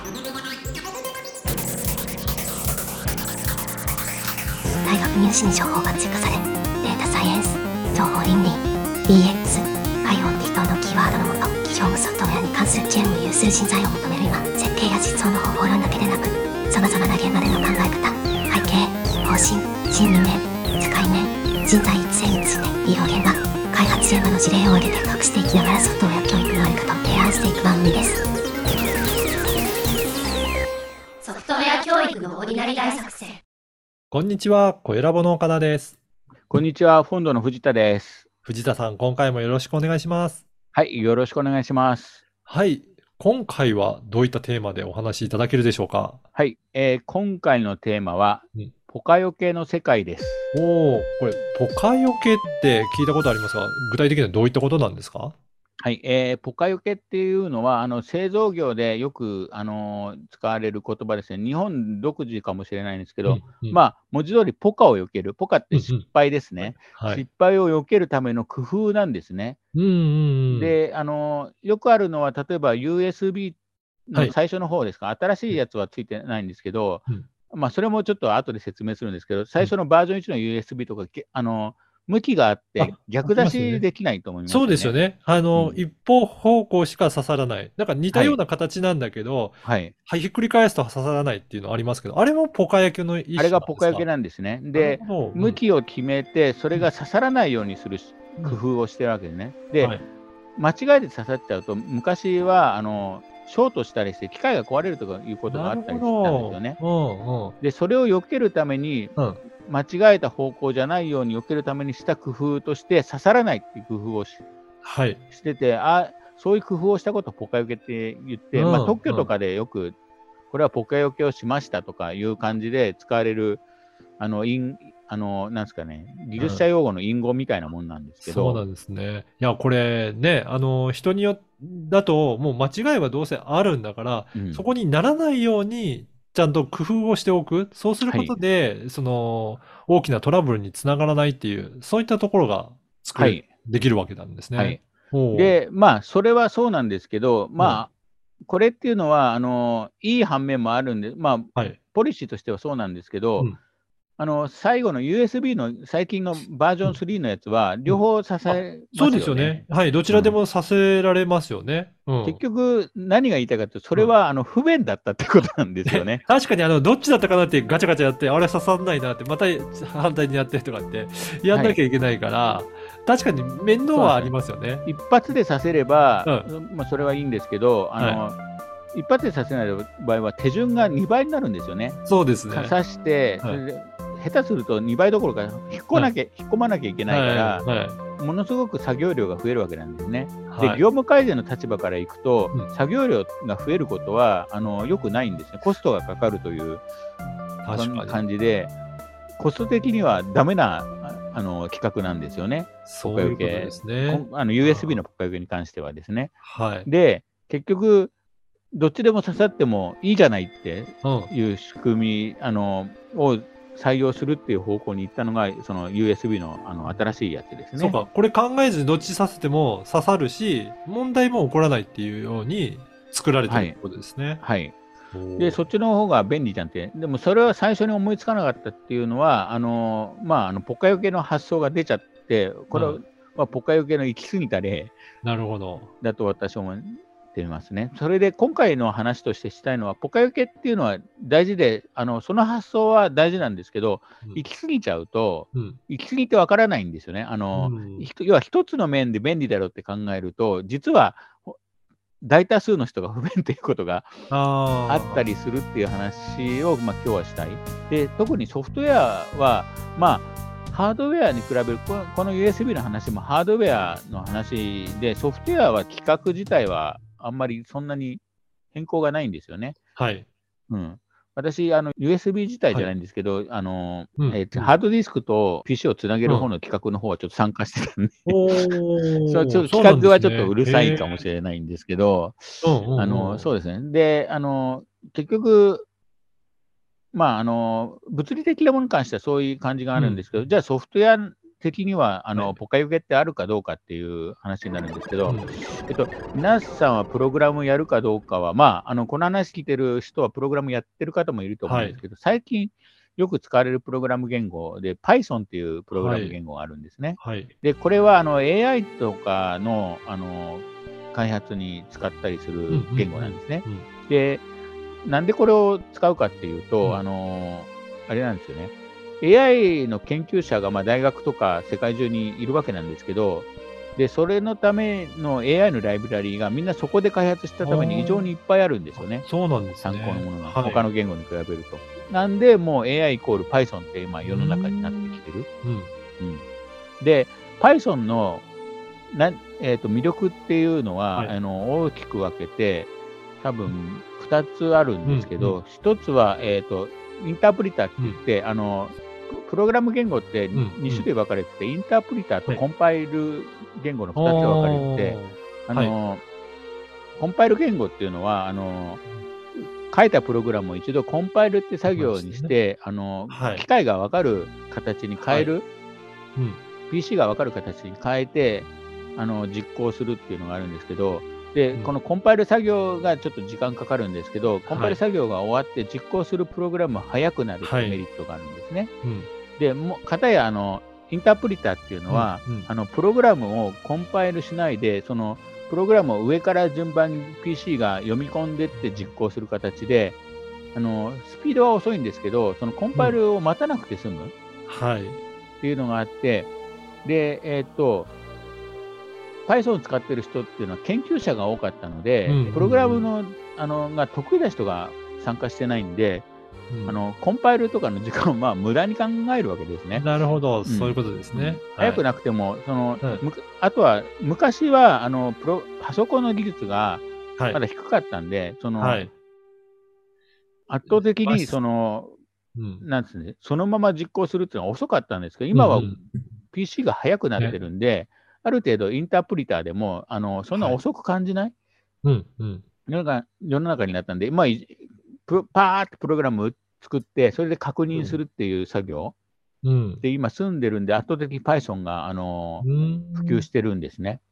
大学入試に情報が追加され、データサイエンス、情報倫理、DX、IoT 等のキーワードのもと、業務ソフトウェアに関する知恵を有する人材を求める今、設計や実装の方法論だけでなく、様々な現場での考え方、背景、方針、心理面、使い面、人材育成について、医療現場、開発現場の事例を挙げて隠していきながらソフトウェア教育のあり方を提案していく番組です。ソフトウェア教育のオーディナリ大作戦。 こんにちは、声ラボの岡田です。 こんにちは、フォンドの藤田です。 藤田さん、今回もよろしくお願いします。 はい、よろしくお願いします。 はい、今回はどういったテーマでお話しいただけるでしょうか。 はい、今回のテーマは、ポカヨケの世界です。 おお、これ、ポカヨケって聞いたことありますが、具体的にはどういったことなんですか？ はい、ポカヨケっていうのは、製造業でよく、使われる言葉ですね。日本独自かもしれないんですけど、文字通りポカを避ける。ポカって失敗ですね。失敗を避けるための工夫なんですね。で、よくあるのは、例えば USB の最初の方ですか、新しいやつはついてないんですけど、それもちょっと後で説明するんですけど、最初のバージョン1の USB とか、向きがあって逆出しできないと思いますよね。 そうですよね。一方方向しか刺さらない。なんか似たような形なんだけど、ひっくり返すと刺さらないっていうのありますけど、あれもポカ焼きの一種なんですか？ あれがポカ焼きなんですね。で、向きを決めて、それが刺さらないようにする工夫をしてるわけですね。で、間違えて刺さっちゃうと、昔はショートしたりして機械が壊れるとかいうことがあったりしたんですよね。で、それを避けるために、間違えた方向じゃないように避けるためにした工夫として刺さらないっていう工夫をしてて、そういう工夫をしたことをポカよけって言って、特許とかでよくこれはポカよけをしましたとかいう感じで使われるなんですかね、技術者用語の隠語みたいなもんなんですけど、 そうなんですね。いや、これね、人によってだともう間違いはどうせあるんだから、そこにならないようにちゃんと工夫をしておく。そうすることで、大きなトラブルにつながらないっていう、そういったところができるわけなんですね。 で、それはそうなんですけど、これっていうのは、いい反面もあるんで、ポリシーとしてはそうなんですけど、最後の USB の最近のバージョン3のやつは、両方支えますよね。 そうですよね。はい、どちらでもさせられますよね。 結局、何が言いたいかというと、それは不便だったってことなんですよね。 確かにどっちだったかなってガチャガチャやって、あれ刺さんないなって、また反対にやってとかってやんなきゃいけないから、確かに面倒はありますよね。 一発で刺せれば、それはいいんですけど、一発で刺せない場合は手順が2倍になるんですよね。 そうですね。 刺して、それで下手すると2倍どころか引っ込まなきゃいけないから、ものすごく作業量が増えるわけなんですね。で、業務改善の立場からいくと、作業量が増えることは良くないんですね。コストがかかるという感じで、コスト的にはダメな企画なんですよね。 そういうことですね。 USB のポカよけに関してはですね。で、結局、どっちでも刺さってもいいじゃないっていう仕組みを採用するっていう方向に行ったのが、その USB の新しいやつですね。 そうか、これ考えずにどっち刺せても刺さるし、問題も起こらないっていうように作られてるってことですね。 はい。で、そっちの方が便利じゃんって。でもそれは最初に思いつかなかったっていうのは、ポカよけの発想が出ちゃって、これはポカよけの行き過ぎた例だと私は思っていますね。それで今回の話としてしたいのは、ポカよけっていうのは大事で、その発想は大事なんですけど、行き過ぎちゃうと、行き過ぎてわからないんですよね。要は一つの面で便利だろうって考えると、実は大多数の人が不便ということがあったりするっていう話を、今日はしたい。で、特にソフトウェアは、ハードウェアに比べる、この USB の話もハードウェアの話で、ソフトウェアは規格自体はあんまりそんなに変更がないんですよね。私、USB 自体じゃないんですけど、ハードディスクと PC をつなげる方の企画の方はちょっと参加してたんで、ちょっと企画はちょっとうるさいかもしれないんですけど、そうですね。で、結局、物理的なものに関してはそういう感じがあるんですけど、じゃあソフトウェア的にはポカヨケってあるかどうかっていう話になるんですけど、皆さんはプログラムやるかどうかは、この話聞いてる人はプログラムやってる方もいると思うんですけど、最近よく使われるプログラム言語で Python っていうプログラム言語があるんですね。で、これはAI とかの開発に使ったりする言語なんですね。で、なんでこれを使うかっていうと、あれなんですよね。AI の研究者が大学とか世界中にいるわけなんですけど、で、それのための AI のライブラリーがみんなそこで開発したために異常にいっぱいあるんですよね。 そうなんですね。 参考のものが、他の言語に比べると。なんで、もう AI イコール Python って今世の中になってきてる。で、Python の魅力っていうのは、大きく分けて、多分2つあるんですけど、1つは、インタープリターって言って、プログラム言語って2種類分かれてて、インタープリターとコンパイル言語の2つ分かれてて、コンパイル言語っていうのは、書いたプログラムを一度コンパイルって作業にして、機械が分かる形に変える、PC が分かる形に変えて実行するっていうのがあるんですけど、で、このコンパイル作業がちょっと時間かかるんですけど、コンパイル作業が終わって実行するプログラムが速くなるというメリットがあるんですね。で、かたやインタープリターっていうのは、プログラムをコンパイルしないで、そのプログラムを上から順番に PC が読み込んでって実行する形で、スピードは遅いんですけど、そのコンパイルを待たなくて済むっていうのがあって、で、Python を使ってる人っていうのは研究者が多かったので、プログラムのが得意な人が参加してないんで、コンパイルとかの時間を無駄に考えるわけですね。 なるほど、そういうことですね。 早くなくても、あとは昔はパソコンの技術がまだ低かったんで、圧倒的になんですね、そのまま実行するっていうのは遅かったんですけど、今は PC が速くなってるんで、ある程度インタープリターでもそんな遅く感じない世の中になったんで、パーってプログラムを作って、それで確認するっていう作業で今住んでるんで、圧倒的に Python が普及してるんですね。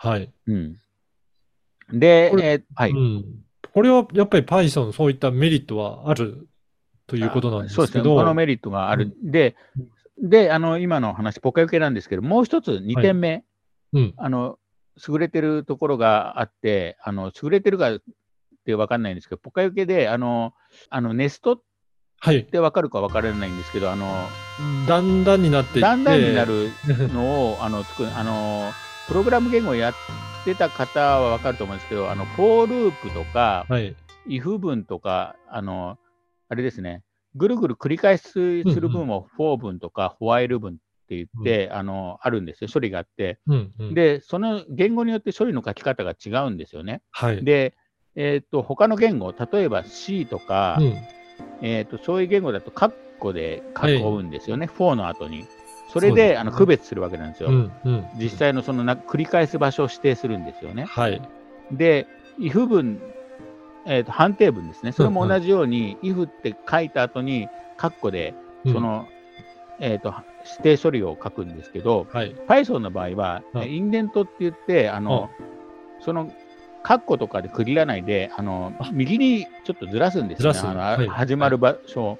で、 これはやっぱり Python そういったメリットはあるということなんですけど。 そうですね、このメリットがある。で、今の話、ポカヨケなんですけど、もう一つ2点目。優れてるところがあって、優れてるかって分かんないんですけど、ポカヨケで、ネストって分かるか分からないんですけど、 だんだんになっていって、 だんだんになるのをプログラム言語をやってた方は分かると思うんですけど、フォーループとか、if 文とか、あれですね、ぐるぐる繰り返しする文をfor 文とか while 文って言って、あるんですよ、処理があって。で、その言語によって処理の書き方が違うんですよね。で、他の言語、例えば C とか、そういう言語だと、カッコで囲うんですよね、for の後に。それで区別するわけなんですよ。実際の繰り返す場所を指定するんですよね。で、if 文、判定文ですね。それも同じように、if って書いた後に、カッコで、指定処理を書くんですけど、Python の場合は、インデントって言って、そのカッコとかで区切らないで、右にちょっとずらすんですよね。始まる場所を。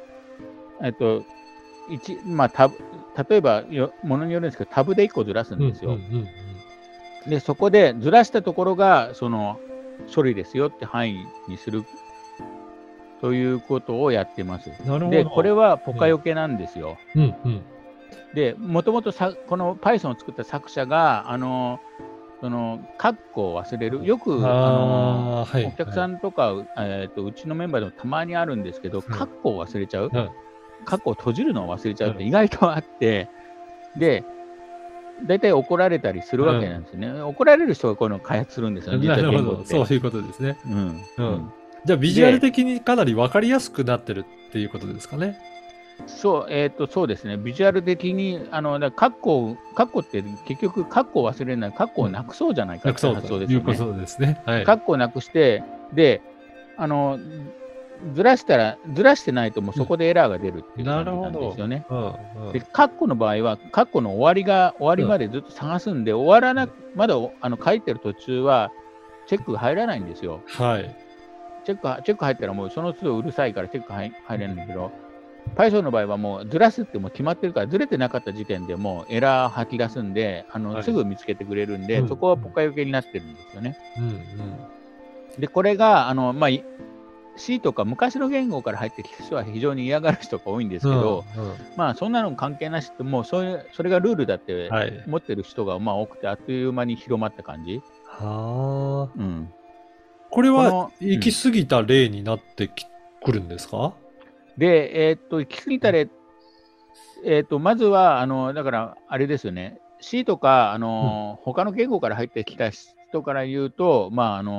例えば、ものによるんですけど、タブで1個ずらすんですよ。で、そこでずらしたところが、処理ですよって範囲にするということをやってます。で、これはポカヨケなんですよ。で、もともとこの Python を作った作者が、カッコを忘れる。よく、お客さんとか、うちのメンバーでもたまにあるんですけど、カッコを忘れちゃう。カッコを閉じるのを忘れちゃうって意外とあって、で、大体怒られたりするわけなんですね。怒られる人がこういうのを開発するんですよね。 なるほど、そういうことですね。じゃあ、ビジュアル的にかなり分かりやすくなってるっていうことですかね。 そうですね。ビジュアル的に、カッコって結局、カッコを忘れない、カッコをなくそうじゃないかって発想ですよね。 いうことですね。 カッコをなくして、で、 ずらしてないともうそこでエラーが出るっていう感じなんですよね。で、カッコの場合は、カッコの終わりまでずっと探すんで、まだ書いてる途中はチェックが入らないんですよ。 はい。 チェック入ったらもうその都度うるさいからチェック入れないんだけど、Python の場合はもうずらすってもう決まってるから、ずれてなかった時点でもうエラー吐き出すんで、すぐ見つけてくれるんで、そこはポカよけになってるんですよね。で、これが、C とか昔の言語から入ってきた人は非常に嫌がる人が多いんですけど、そんなの関係なしって、もうそれがルールだって持ってる人が多くて、あっという間に広まった感じ。 これは行き過ぎた例になってくるんですか？ で、行き過ぎた例、まずは、だから、あれですよね、C とか、他の言語から入ってきた人から言うと、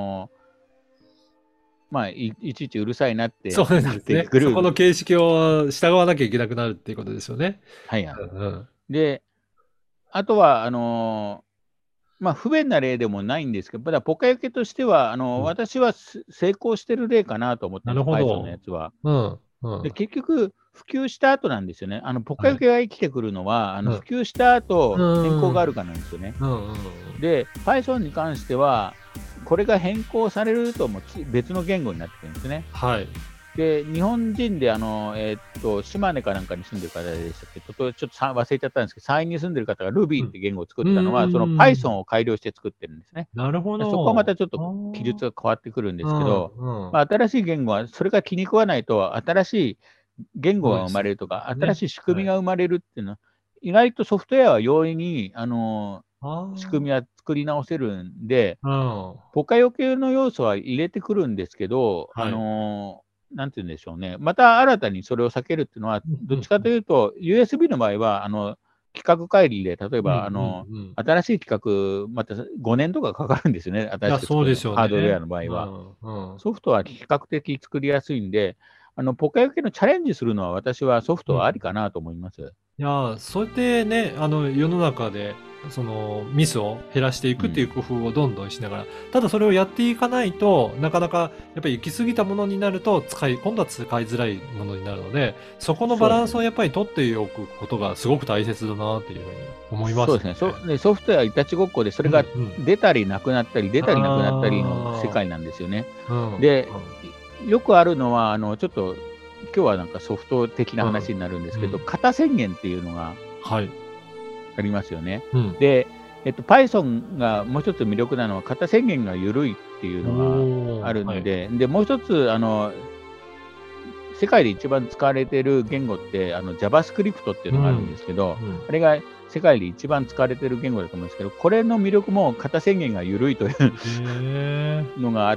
いちいちうるさいなってなってくる。そこの形式を従わなきゃいけなくなるっていうことですよね。 で、あとは、不便な例でもないんですけど、ただ、ポカよけとしては、私は成功してる例かなと思ってます、Python のやつは。で、結局、普及した後なんですよね。ポカよけが生きてくるのは、普及した後、変更があるからなんですよね。で、Python に関しては、これが変更されると別の言語になってくるんですね。で、日本人で、島根かなんかに住んでる方でしたっけど、ちょっと忘れちゃったんですけど、山陰に住んでる方が Ruby って言語を作ったのは、その Python を改良して作ってるんですね。 なるほど。 そこはまたちょっと記述が変わってくるんですけど、新しい言語はそれが気に食わないと、新しい言語が生まれるとか、新しい仕組みが生まれるっていうのは、意外とソフトウェアは容易に仕組みは作り直せるんで、ポカよけの要素は入れてくるんですけど、なんて言うんでしょうね。また新たにそれを避けるっていうのは、どっちかというと、USB の場合は、規格乖離で、例えば、新しい規格、また5年とかかかるんですよね。新しいハードウェアの場合は。ソフトは比較的作りやすいんで、ポカよけのチャレンジするのは、私はソフトはありかなと思います。 いや、そうやってね、世の中で、ミスを減らしていくっていう工夫をどんどんしながら、ただそれをやっていかないと、なかなかやっぱり行き過ぎたものになると、今度は使いづらいものになるので、そこのバランスをやっぱり取っておくことがすごく大切だなっていうふうに思いますね。 そうですね。ソフトウェアいたちごっこで、それが出たりなくなったり、出たりなくなったりの世界なんですよね。で、よくあるのは、ちょっと、今日はなんかソフト的な話になるんですけど、型宣言っていうのがありますよね。で、Python がもう一つ魅力なのは、型宣言が緩いっていうのがあるので、で、もう一つ、世界で一番使われている言語って、JavaScript っていうのがあるんですけど、あれが世界で一番使われている言語だと思うんですけど、これの魅力も型宣言が緩いというのがあって、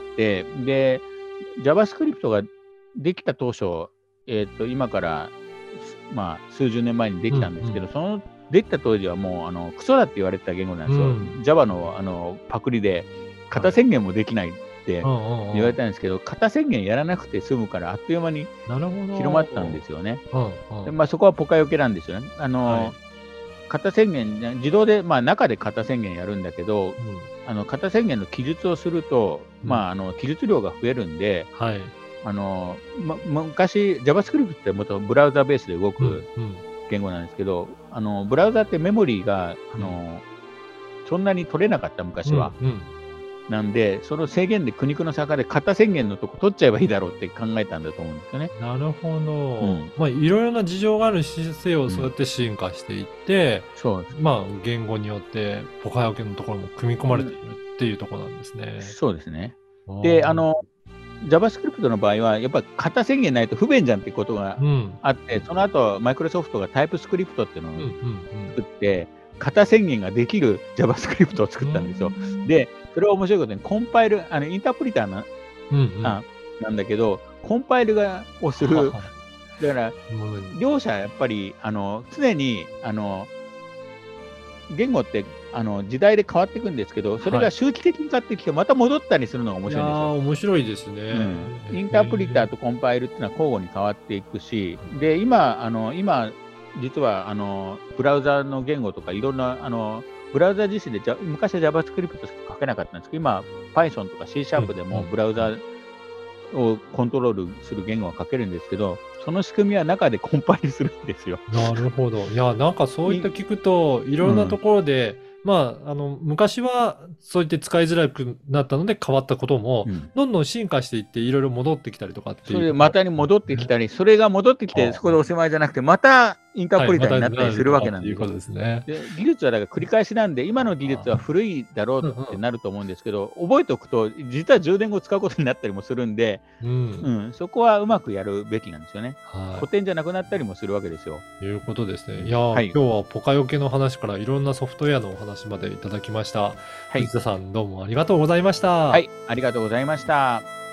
で、JavaScript ができた当初、今から数十年前にできたんですけど、そのできた当時はもうクソだって言われてた言語なんですよ。Java のパクリで型宣言もできないって言われたんですけど、型宣言やらなくて済むからあっという間に広まったんですよね。で、そこはポカよけなんですよね。型宣言、自動で、中で型宣言やるんだけど、型宣言の記述をすると、記述量が増えるんで、昔、JavaScript って元ブラウザベースで動く言語なんですけど、ブラウザってメモリーが、そんなに取れなかった、昔は。なんで、その制限で苦肉の策で型宣言のとこ取っちゃえばいいだろうって考えたんだと思うんですよね。 なるほど。いろいろな事情がある姿勢をそうやって進化していって、言語によってポカよけのところも組み込まれているっていうところなんですね。 そうですね。で、JavaScript の場合は、やっぱり型宣言ないと不便じゃんってことがあって、その後、マイクロソフトがタイプスクリプトっていうのを作って、型宣言ができる JavaScript を作ったんですよ。で、それは面白いことに、コンパイル、インタープリターなんだけど、コンパイルをする、だから、両者やっぱり、常に、言語って時代で変わっていくんですけど、それが周期的に変わってきて、また戻ったりするのが面白いんですよ。 面白いですね。 インタープリターとコンパイルっていうのは交互に変わっていくし、で、今、実はブラウザの言語とかいろんなブラウザ自身で昔は JavaScript しか書けなかったんですけど、今 Python とか C# でもブラウザをコントロールする言語が書けるんですけど、その仕組みは中でコンパイルするんですよ。 なるほど。いや、なんかそういった聞くと、いろんなところで、昔はそういって使いづらくなったので変わったことも、どんどん進化していって、いろいろ戻ってきたりとかっていう。 それでまたに戻ってきたり、それが戻ってきて、そこでおしまいじゃなくて、またインターポリターになったりするわけなんですよ。で、技術はだから繰り返しなんで、今の技術は古いだろうってなると思うんですけど、覚えておくと、実は10年後使うことになったりもするんで、そこはうまくやるべきなんですよね。古典じゃなくなったりもするわけですよ。 いうことですね。いや、今日はポカヨケの話からいろんなソフトウェアのお話までいただきました。藤田さん、どうもありがとうございました。 はい、ありがとうございました。